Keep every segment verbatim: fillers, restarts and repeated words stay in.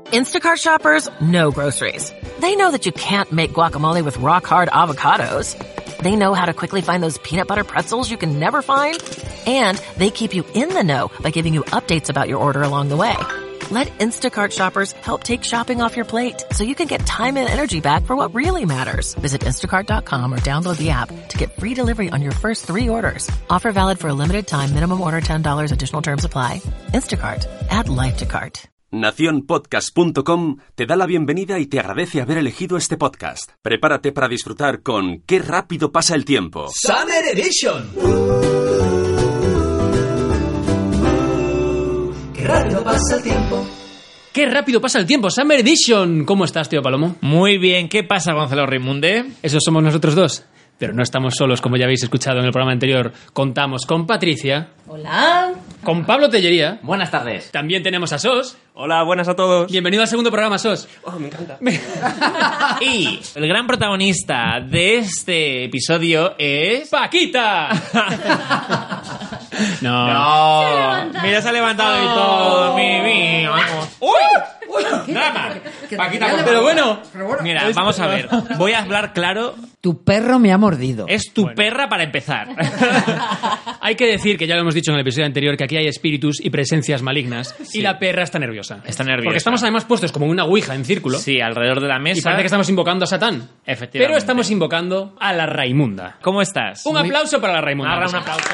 Instacart shoppers know groceries. They know that you can't make guacamole with rock-hard avocados. They know how to quickly find those peanut butter pretzels you can never find. And they keep you in the know by giving you updates about your order along the way. Let Instacart shoppers help take shopping off your plate so you can get time and energy back for what really matters. Visit instacart dot com or download the app to get free delivery on your first three orders. Offer valid for a limited time. Minimum order ten dollars. Additional terms apply. Instacart. Add life to cart. Nación Podcast punto com te da la bienvenida y te agradece haber elegido este podcast. Prepárate para disfrutar con Qué rápido pasa el tiempo. Summer Edition. Qué rápido pasa el tiempo. ¡Qué rápido pasa el tiempo! Summer Edition. ¿Cómo estás, tío Palomo? Muy bien. ¿Qué pasa, Gonzalo Raimunde? Esos somos nosotros dos. Pero no estamos solos, como ya habéis escuchado en el programa anterior. Contamos con Patricia. Hola. Con Pablo Tellería. Buenas tardes. También tenemos a Sos. Hola, buenas a todos. Bienvenido al segundo programa, Sos. Oh, me encanta. Y el gran protagonista de este episodio es... ¡Paquita! No. No. Mira, se ha levantado y todo. Mi, mi, vamos. ¡Uy! ¡Drama! Paquita, por Pero bueno. Mira, vamos a ver. Voy a hablar claro. Tu perro me ha mordido. Es tu Bueno. perra para empezar. Hay que decir, que ya lo hemos dicho en el episodio anterior, que aquí hay espíritus y presencias malignas. Sí. Y la perra está nerviosa. Está nerviosa. Porque estamos además puestos como una ouija en círculo. Sí, alrededor de la mesa. Y parece que estamos invocando a Satán. Efectivamente. Pero estamos invocando a la Raimunda. ¿Cómo estás? Un aplauso para la Raimunda. Agarra un aplauso.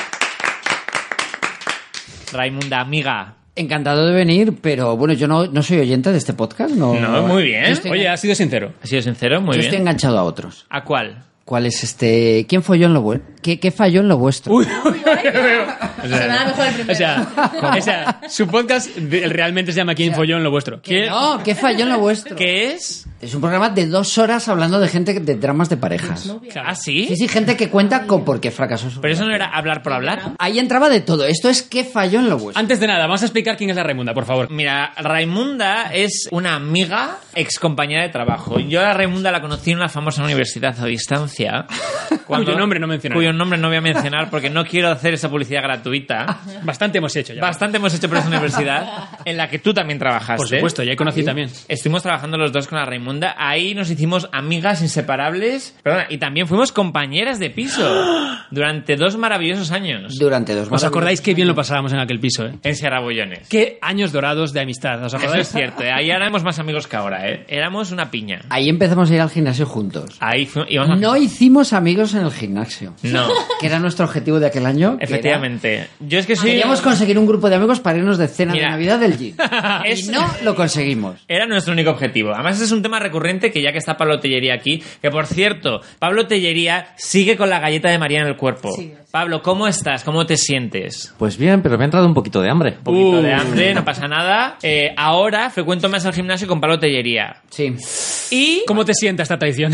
Raimunda, amiga. Encantado de venir, pero bueno, yo no, no soy oyente de este podcast. No, No, muy bien. Yo estoy, Oye, has sido sincero. ¿Has sido sincero? Muy yo bien. estoy enganchado a otros. ¿A cuál? ¿Cuál es este? ¿Quién falló en lo bueno? ¿Qué, ¿Qué falló en lo vuestro? Uy, O sea, nada mejor el primero. O sea, o sea, su podcast de- realmente se llama ¿Quién folló en lo vuestro? ¿Qué? No, ¿qué falló en lo vuestro? ¿Qué es? Es un programa de dos horas hablando de gente de dramas de parejas. ¿Ah, sí? Sí, sí, gente que cuenta con por qué fracasó su Pero eso no relación. era hablar por hablar. Ahí entraba de todo. Esto es ¿qué falló en lo vuestro? Antes de nada, vamos a explicar quién es la Raimunda, por favor. Mira, Raimunda es una amiga, ex compañera de trabajo. Yo a Raimunda la conocí en una famosa universidad a distancia. Cuyo nombre no mencionaré. Cuyo nombre no voy a mencionar porque no quiero hacer esa publicidad gratuita. Bastante hemos hecho ya. Bastante hemos hecho por esa universidad en la que tú también trabajaste. Por supuesto, ya conocí también. Estuvimos trabajando los dos con la Raimunda. Ahí nos hicimos amigas inseparables. Perdona, y también fuimos compañeras de piso durante dos maravillosos años. Durante dos ¿Os acordáis qué bien lo pasábamos en aquel piso, eh? En Sierra Bollones. Qué años dorados de amistad, ¿os Eso acordáis? es cierto, ¿eh? Ahí éramos más amigos que ahora, ¿eh? Éramos una piña. Ahí empezamos a ir al gimnasio juntos. Ahí fu- íbamos a... No hicimos amigos en el gimnasio. No, Que era nuestro objetivo de aquel año. que era- efectivamente. Yo es que soy... Queríamos conseguir un grupo de amigos para irnos de cena Mira. de Navidad del gym. Es- Y no lo conseguimos. Era nuestro único objetivo. Además, ese es un tema recurrente que ya que está Pablo Tellería aquí, que por cierto, Pablo Tellería sigue con la galleta de María en el cuerpo. Sí. Pablo, ¿cómo estás? ¿Cómo te sientes? Pues bien, pero me ha entrado un poquito de hambre. Un poquito Uh. de hambre, no pasa nada. Eh, ahora frecuento más al gimnasio con Pablo Tellería. Sí. Y... ¿Cómo te sienta esta traición?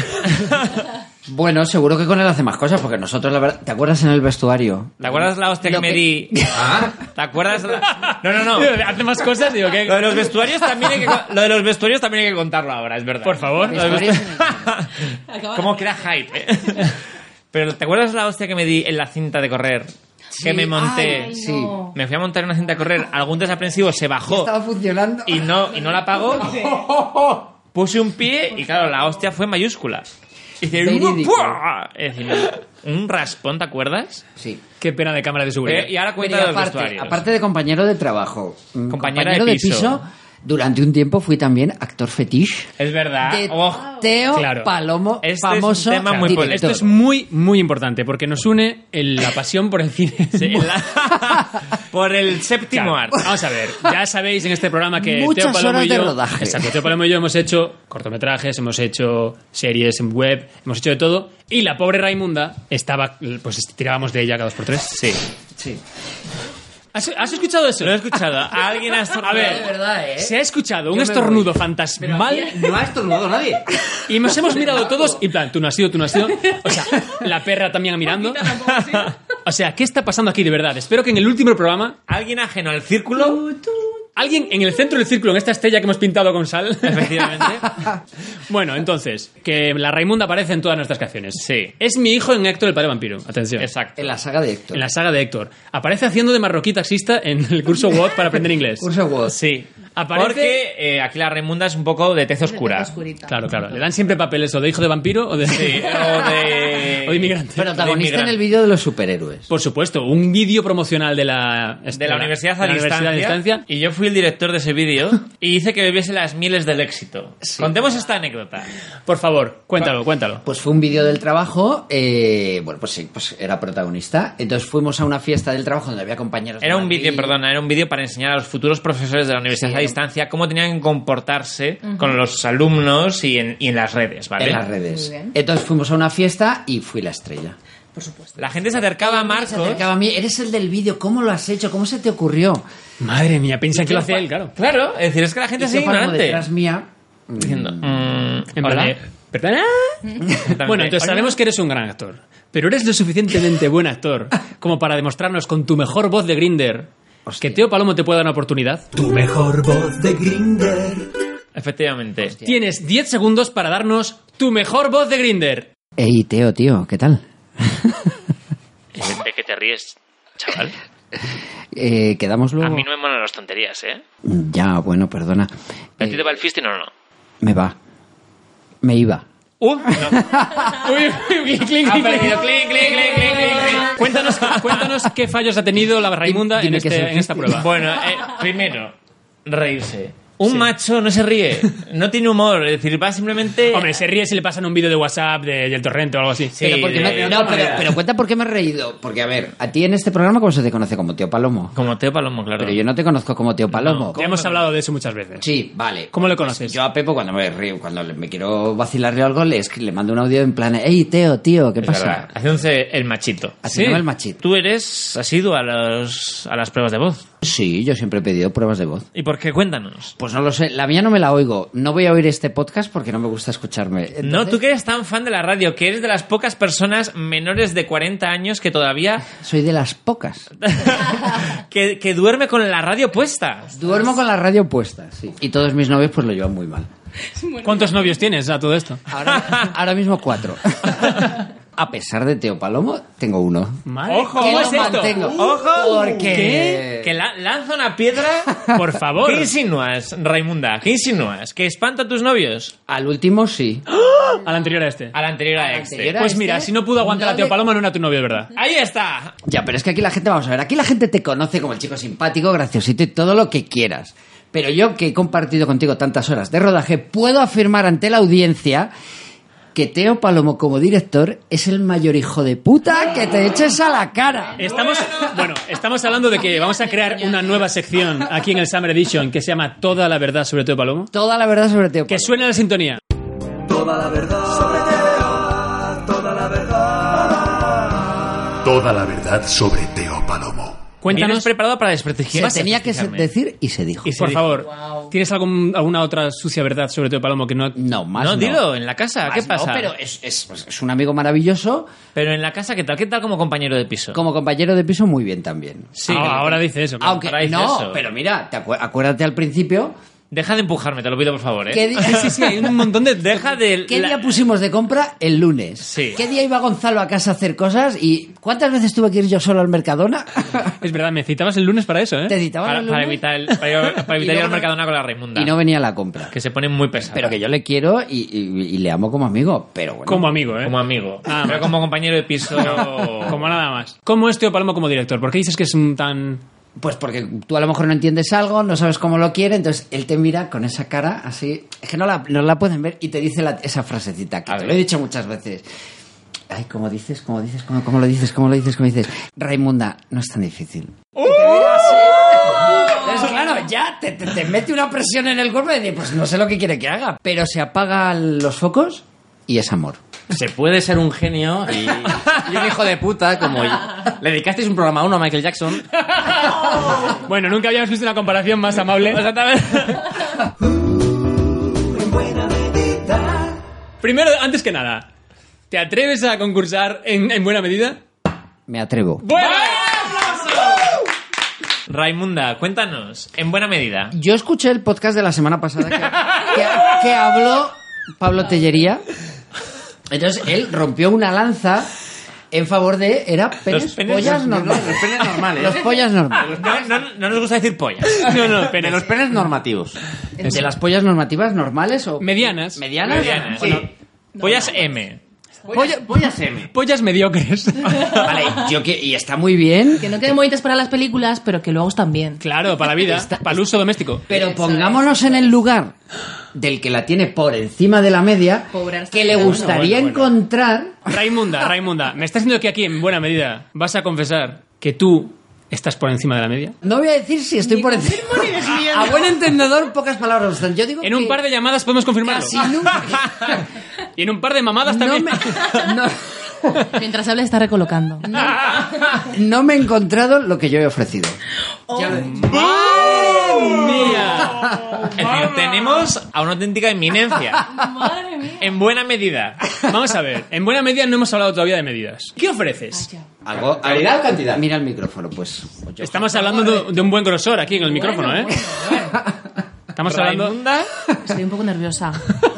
Bueno, seguro que con él hace más cosas, porque nosotros, la verdad... ¿Te acuerdas en el vestuario? ¿Te acuerdas la hostia que Lo me que- di? ¿Te acuerdas? La... No, no, no. Hace más cosas, digo, ¿qué? Lo de los vestuarios también hay que, co- lo de los vestuarios también hay que contarlo ahora, es verdad. Por favor. Lo de Vestuarios- vestu- ¿Cómo crea hype? eh? Pero ¿te acuerdas la hostia que me di en la cinta de correr? Que me monté. Ay, Sí. no. Me fui a montar en una cinta de correr. Algún desaprensivo se bajó Estaba funcionando. y no, y no la pagó. Puse un pie y claro, la hostia fue mayúscula. Y dice, Verídico. ¡pua! Es decir, un raspón, ¿te acuerdas? Sí. Qué pena de cámara de seguridad. Eh, y ahora Pero cuenta y de los aparte, vestuarios. aparte de compañero de trabajo, mm, Compañera compañero de de piso. piso, durante un tiempo fui también actor fetiche Es verdad. de Oh, Teo Claro. Palomo, Este es un famoso tema muy director. polémico. Esto es muy, muy importante porque nos une el- la pasión por el cine. sí, la- Por el séptimo Claro. arte. Vamos a ver, ya sabéis en este programa que Muchas Teo Palomo horas y de yo, rodaje. Exacto, Teo Palomo y yo hemos hecho cortometrajes, hemos hecho series en web, hemos hecho de todo y la pobre Raimunda estaba, pues tirábamos de ella cada dos por tres. Sí. Sí. ¿Has, has escuchado eso? Lo he escuchado. Alguien ha A ver, De verdad, ¿eh? se ha escuchado un Yo me estornudo voy. fantasmal No ha estornudado nadie. y nos hemos mirado todos y en plan, tú no has sido, tú no has sido. O sea, la perra también mirando. O sea, ¿qué está pasando aquí de verdad? Espero que en el último programa Alguien ajeno al círculo. alguien en el centro del círculo, en esta estrella que hemos pintado con sal. Efectivamente. Bueno, entonces, que la Raimunda aparece en todas nuestras canciones. Sí. Es mi hijo en Héctor el padre vampiro. Atención. Exacto. En la saga de Héctor. En la saga de Héctor. Aparece haciendo de marroquí taxista en el curso W O D para aprender inglés. Curso Woz. Sí. Aparece- Porque eh, aquí la Raimunda es un poco de tez oscura. Claro, claro. Le dan siempre papeles o de hijo de vampiro o de, Sí, o de... o de inmigrante. Protagonista en inmigrante. el vídeo de los superhéroes. Por supuesto, un vídeo promocional de la, de la Universidad, de a, la distancia, Universidad a Distancia. y yo fui el director de ese vídeo y hice que bebiese las mieles del éxito. Contemos esta anécdota. Por favor, cuéntalo, cuéntalo. Pues fue un vídeo del trabajo, eh, bueno, pues sí, pues era protagonista. Entonces fuimos a una fiesta del trabajo donde había compañeros. de Era un Madrid. vídeo, perdona, era un vídeo para enseñar a los futuros profesores de la Universidad Sí, a Distancia cómo tenían que comportarse con los alumnos y en, y en las redes, ¿vale? En las redes. Muy bien. Entonces fuimos a una fiesta y fui la estrella. Por supuesto. La gente se acercaba a Se Marcos. acercaba a mí, eres el del vídeo, ¿cómo lo has hecho? ¿Cómo se te ocurrió? Madre mía, piensa que lo hacía él, claro. Claro, es decir, es que la gente Y es Tío Palmo ignorante. detrás mía. Diciendo, mm, En plan hola. de, ¿perdona? Bueno, entonces Hola. sabemos que eres un gran actor. Pero eres lo suficientemente buen actor como para demostrarnos con tu mejor voz de Grindr Hostia. que Teo Palomo te puede dar una oportunidad. Tu mejor voz de Grindr. Efectivamente. Tienes diez segundos para darnos tu mejor voz de Grindr. Ey, Teo, tío, ¿qué tal? ¿De qué te ríes, chaval? Eh, quedamos luego. A mí no me molan las tonterías, ¿eh? Ya, bueno, perdona. ¿A ti Eh, te va el fisting o no? me va. Me iba. Uh, no. Uy, uy, uy, clink, clink, Ha clink. perdido. Clink, clink, clink, clink, clink, clink. Cuéntanos, cuéntanos qué fallos ha tenido la Raimunda en, Dime que este- es el en esta fisting. prueba. Bueno, eh, primero, reírse. Un Sí. macho no se ríe, no tiene humor, es decir, va simplemente... Hombre, se ríe si le pasan un vídeo de WhatsApp de, del torrente o algo así. Sí, pero, porque de- me- de no, otra pero, manera. pero cuenta por qué me he reído. Porque, a ver, a ti en este programa, ¿cómo se te conoce? Como Teo Palomo. Como Teo Palomo, claro. Pero yo no te conozco como Teo Palomo. Ya hemos hablado de eso muchas veces. Sí, vale. ¿Cómo le conoces? Yo a Pepo cuando me río, cuando le- me quiero vacilar de algo, le, escri- le mando un audio en plan, hey, Teo, tío, ¿qué Es pasa? verdad, haciéndose el machito. Así Sí. no el machito. Tú eres asiduo a, los, a las pruebas de voz. Sí, yo siempre he pedido pruebas de voz. ¿Y por qué? Cuéntanos. Pues no lo sé, la mía no me la oigo. No voy a oír este podcast porque no me gusta escucharme. No, Entonces, tú que eres tan fan de la radio, que eres de las pocas personas menores de cuarenta años que todavía... Soy de las pocas. que, que duerme con la radio puesta. Duermo con la radio puesta, sí. Y todos mis novios pues lo llevan muy mal. ¿Cuántos novios tienes a todo esto? Ahora, ahora mismo cuatro. A pesar de Teo Palomo, tengo uno. Madre, Ojo, ¿cómo Que es lo esto? mantengo. ¡Ojo! Porque... ¿Qué? Que la- lanza una piedra. Por favor. ¿Qué insinúas, Raimunda? ¿Qué insinúas? ¿Que espanta a tus novios? Al último sí. Al anterior a este. Al anterior a Al este. anterior a- Pues mira, este, si no pudo aguantar a Teo dale. Paloma, no era tu novio, de verdad. Ahí está. Ya, pero es que aquí la gente, vamos a ver, aquí la gente te conoce como el chico simpático, graciosito y todo lo que quieras. Pero yo, que he compartido contigo tantas horas de rodaje, puedo afirmar ante la audiencia que Teo Palomo como director es el mayor hijo de puta que te eches a la cara. Estamos, bueno, estamos hablando de que vamos a crear una nueva sección aquí en el Summer Edition que se llama Toda la verdad sobre Teo Palomo. Toda la verdad sobre Teo Que Palomo. suena la sintonía. Toda la verdad sobre Teo. Toda la verdad. Toda la verdad sobre Teo Palomo. ¿Vienes Cuéntanos, preparado para desprestigiarme? Se tenía que se- decir y se dijo. Y se por dijo. favor, ¿tienes algún- alguna otra sucia verdad sobre Teo Palomo que no... No, más No, no. dilo, en la casa, ¿qué Más pasa? no, pero es, es- es un amigo maravilloso. Pero en la casa, ¿qué tal? ¿Qué tal como compañero de piso? Como compañero de piso, muy bien también. Sí, Ah, que- ahora dice eso. claro. Aunque ahora dice no, eso. pero mira, te acu- acuérdate al principio. Deja de empujarme, te lo pido por favor, ¿eh? ¿Qué, di- Sí, sí, sí, hay un montón de... Deja de... ¿Qué la- día pusimos de compra? El lunes. Sí. ¿Qué día iba Gonzalo a casa a hacer cosas? ¿Y cuántas veces tuve que ir yo solo al Mercadona? Es verdad, me citabas el lunes para eso, ¿eh? Te citaban Para, el para lunes evitar, el, para, para Y evitar ir no- al Mercadona con la Raimunda. y no venía la compra. Que se pone muy pesada. Pero que yo le quiero y, y- y le amo como amigo. Pero bueno. Como amigo, ¿eh? Como amigo. Ah, pero más. como compañero de piso... Como nada más. ¿Cómo es Teo Palomo como director? ¿Por qué dices que es un tan... Pues porque tú a lo mejor no entiendes algo, no sabes cómo lo quiere, entonces él te mira con esa cara así. Es que no la, no la pueden ver y te dice la- esa frasecita que A te ver. lo he dicho muchas veces. Ay, ¿cómo dices? ¿Cómo dices? ¿Cómo, cómo lo dices? ¿Cómo lo dices? ¿Cómo dices? Raimunda, no es tan difícil. ¡Uh! Y te mira así. Entonces, claro, ya te, te- te mete una presión en el cuerpo y dices, pues no sé lo que quiere que haga. Pero se apagan los focos y es amor. Se puede ser un genio y, y un hijo de puta como yo. Le dedicasteis un programa uno a Michael Jackson. Bueno, nunca habíamos visto una comparación más amable. Exactamente. En buena medida. Primero, antes que nada, ¿te atreves a concursar en, en buena medida? Me atrevo. ¡Bueno! Raimunda, cuéntanos, en buena medida. Yo escuché el podcast de la semana pasada que, que, que habló Pablo Tellería. Entonces él rompió una lanza en favor de... Era penes, Los penes- pollas los- normales. Los penes normales. Los pollas normales. No, no, no nos gusta decir pollas. No, no, De penes. los penes normativos. ¿De las pollas normativas normales o...? Medianas. ¿Medianas? Medianas. Bueno, Pollas M. Polla, pollas M. Pollas mediocres. vale, yo que... Y está muy bien, Que no queden bonitas para las películas, pero que luego están bien. Claro, para la vida, para el uso doméstico. pero pongámonos en el lugar del que la tiene por encima de la media, Pobre, hasta que le que- gustaría Bueno, bueno, bueno. encontrar... Raimunda, Raimunda, me estás diciendo que aquí, en buena medida, vas a confesar que tú estás por encima de la media. No voy a decir si estoy por encima. A, a buen entendedor, pocas palabras bastan. Yo digo En un que par de llamadas podemos confirmarlo. casi nunca... Y en un par de mamadas no también. me, no, Mientras habla está recolocando. no me he encontrado lo que yo he ofrecido. Ya lo he dicho. Mía. Es decir, tenemos a una auténtica eminencia. Madre mía. En buena medida. Vamos a ver, en buena medida no hemos hablado todavía de medidas. ¿Qué ofreces? Algo, ¿Calidad o cantidad? Mira el micrófono, pues. Yo- Estamos hablando de, de un buen grosor aquí en el micrófono, ¿eh? Estamos hablando... Raimunda, Estoy un poco nerviosa.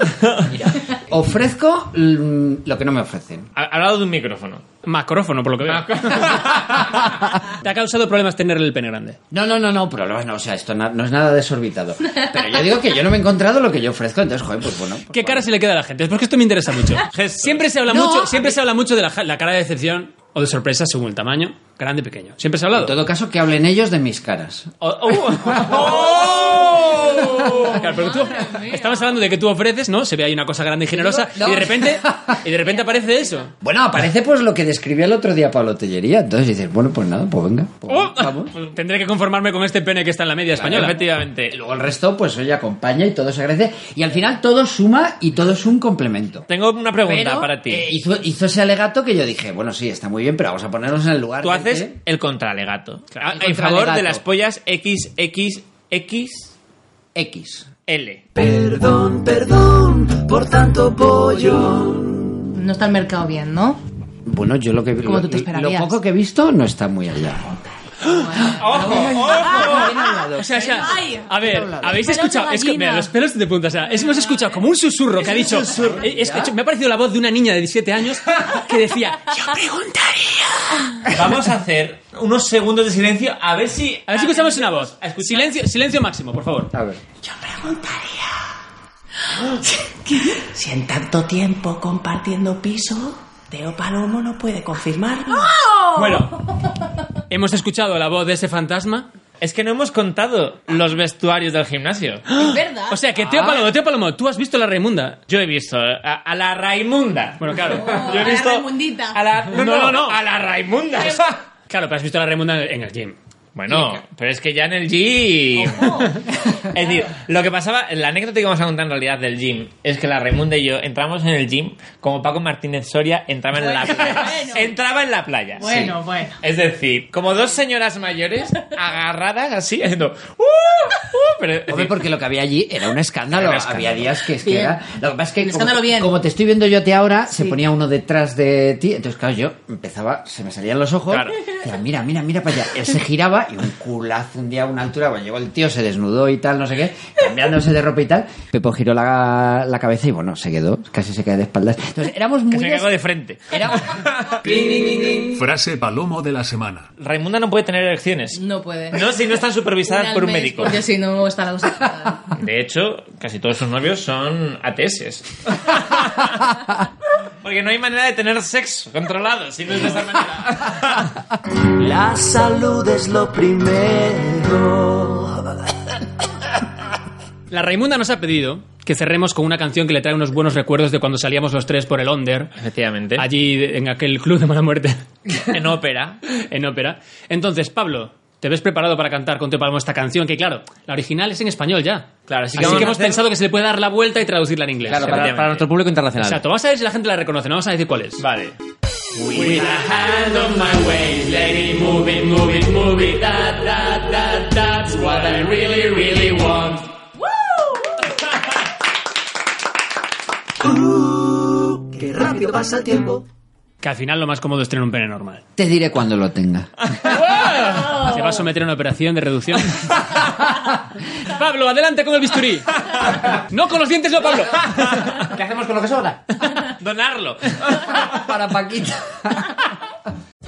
Ofrezco mm, lo que no me ofrecen. ha ha hablado de un micrófono. Macrófono, por lo que veo. Te ha causado problemas tener el pene grande. No, no, no, no, problemas no, o sea, esto na- no es nada desorbitado. Pero yo digo que yo no me he encontrado lo que yo ofrezco, entonces, joder, pues bueno. pues ¿Qué cara vale. se le queda a la gente? Es porque esto me interesa mucho. Gestos. Siempre se habla No, mucho, a siempre mí- se habla mucho de la, ja- la cara de decepción o de sorpresa según el tamaño, grande y pequeño. Siempre se ha hablado. En todo caso, que hablen ellos de mis caras. Oh, oh. Claro, pero tú, estamos hablando de que tú ofreces, ¿no? Se ve ahí una cosa grande y generosa No. y de repente y de repente aparece eso. Bueno, aparece pues lo que describía el otro día Pablo Tellería. Entonces dices, bueno, pues nada, pues venga. Pues Oh, vamos. tendré que conformarme con este pene que está en la media española. Efectivamente. Y luego el resto, pues oye, acompaña y todo se agradece. Y al final todo suma y todo es un complemento. Tengo una pregunta Pero, para ti. eh, hizo, hizo ese alegato que yo dije, bueno, sí, está muy bien, pero vamos a ponernos en el lugar. Tú del haces que- el contralegato. Claro, el en favor contralegato. de las pollas X X X X. L. Perdón, perdón por tanto pollo. No está el mercado bien, ¿no? Bueno, yo lo que Como lo, tú te lo esperarías. poco que he visto no está muy allá. O sea, o sea, Ay. a ver, habéis Pelos de escuchado, es que, gallina. mira, los pelos de punta, o sea, es- hemos escuchado como un susurro que ha dicho, eh, es que me ha parecido la voz de una niña de diecisiete años que decía, yo preguntaría. Vamos a hacer unos segundos de silencio a ver si... A ver si escuchamos una voz. A escuchar. Silencio, silencio máximo, por favor. A ver. Si en tanto tiempo compartiendo piso, Teo Palomo no puede confirmarlo. Bueno, hemos escuchado la voz de ese fantasma. Es que no hemos contado los vestuarios del gimnasio. Es verdad. O sea, que Teo Palomo, Teo Palomo, tú has visto la Raimunda. Yo he visto a, a la Raimunda. Bueno, claro. Oh, Yo he a la visto Raimundita. a la no, No, no, no, no. a la Raimunda. Claro, pero has visto la Raimunda en el gym. Bueno, pero es que ya en el gym... Es decir, lo que pasaba, la anécdota que vamos a contar en realidad del gym es que la Raimunda y yo entramos en el gym como Paco Martínez Soria entraba en la playa. bueno. Entraba en la playa. Bueno, sí. bueno. Es decir, como dos señoras mayores agarradas así, haciendo... "Uh, uh", pero, es Hombre, decir, porque lo que había allí era un escándalo. Era un escándalo. Había días que es que Bien. era. Lo que pasa es que, Un como, escándalo bien. como te estoy viendo yo a ti ahora, se ponía uno detrás de ti. Entonces, claro, yo empezaba, se me salían los ojos. Claro. Decía, mira, mira, mira para allá. Él se giraba y un culazo un día a una altura. Bueno, llegó el tío, se desnudó y tal, no sé qué, cambiándose de ropa y tal. Pepo giró la, la cabeza y bueno, se quedó, casi se quedó de espaldas. Entonces, éramos que muy. se des- cagó de frente. éramos- Frase palomo de la semana. Raimunda no puede tener erecciones. No puede. No si no están supervisadas Una al por un mes, médico. Porque si no está la cosa. De hecho, casi todos sus novios son A T S. Porque no hay manera de tener sexo controlado si no es de esa manera. La salud es lo primero. La Raimunda nos ha pedido que cerremos con una canción que le trae unos buenos recuerdos de cuando salíamos los tres por el Onder, Efectivamente. allí de- en aquel club de mala muerte, En ópera. en ópera. Entonces, Pablo, ¿te ves preparado para cantar con Teo Palomo esta canción? Que claro, la original es en español ya. Claro, así Así que que, vamos a hemos hacer- pensado que se le puede dar la vuelta y traducirla en inglés. Claro, para, Efectivamente. para nuestro público internacional. Exacto, vamos a ver si la gente la reconoce, no vamos a decir cuál es. Vale. With a hand on my waist, let it move it, move it, move it, that, that, that, that's what I really, really want. Uh, qué rápido pasa el tiempo. Que al final lo más cómodo es tener un pene normal. Te diré cuando lo tenga. Se va a someter a una operación de reducción. Pablo, adelante con el bisturí. No con los dientes, no, Pablo. ¿Qué hacemos con lo que sobra? Donarlo. Para Paquita.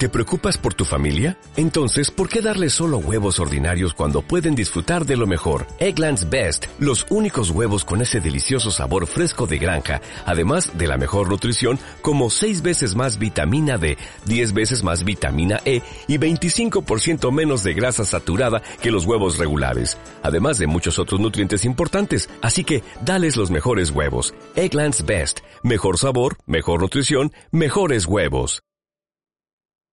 ¿Te preocupas por tu familia? Entonces, ¿por qué darles solo huevos ordinarios cuando pueden disfrutar de lo mejor? Eggland's Best, los únicos huevos con ese delicioso sabor fresco de granja, además de la mejor nutrición, como seis veces más vitamina D, diez veces más vitamina E y veinticinco por ciento menos de grasa saturada que los huevos regulares, además de muchos otros nutrientes importantes. Así que, dales los mejores huevos. Eggland's Best. Mejor sabor, mejor nutrición, mejores huevos.